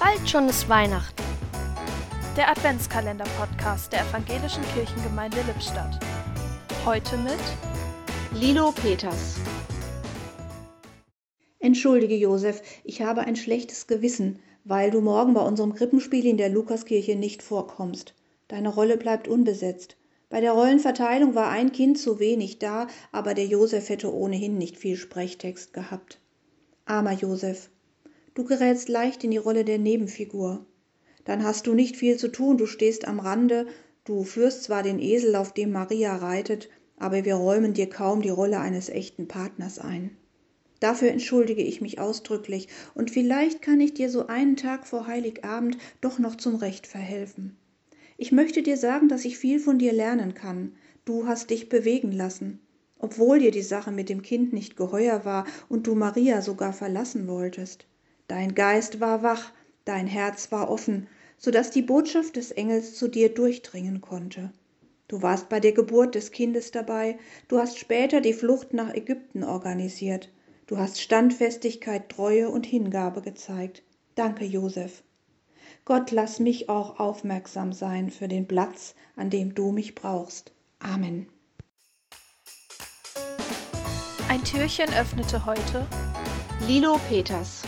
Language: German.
Bald schon ist Weihnachten. Der Adventskalender-Podcast der Evangelischen Kirchengemeinde Lippstadt. Heute mit Lilo Peters. Entschuldige, Josef, ich habe ein schlechtes Gewissen, weil du morgen bei unserem Krippenspiel in der Lukaskirche nicht vorkommst. Deine Rolle bleibt unbesetzt. Bei der Rollenverteilung war ein Kind zu wenig da, aber der Josef hätte ohnehin nicht viel Sprechtext gehabt. Armer Josef, du gerätst leicht in die Rolle der Nebenfigur. Dann hast du nicht viel zu tun, du stehst am Rande, du führst zwar den Esel, auf dem Maria reitet, aber wir räumen dir kaum die Rolle eines echten Partners ein. Dafür entschuldige ich mich ausdrücklich und vielleicht kann ich dir so einen Tag vor Heiligabend doch noch zum Recht verhelfen. Ich möchte dir sagen, dass ich viel von dir lernen kann. Du hast dich bewegen lassen, obwohl dir die Sache mit dem Kind nicht geheuer war und du Maria sogar verlassen wolltest. Dein Geist war wach, dein Herz war offen, sodass die Botschaft des Engels zu dir durchdringen konnte. Du warst bei der Geburt des Kindes dabei, du hast später die Flucht nach Ägypten organisiert. Du hast Standfestigkeit, Treue und Hingabe gezeigt. Danke, Josef. Gott, lass mich auch aufmerksam sein für den Platz, an dem du mich brauchst. Amen. Ein Türchen öffnete heute Lilo Peters.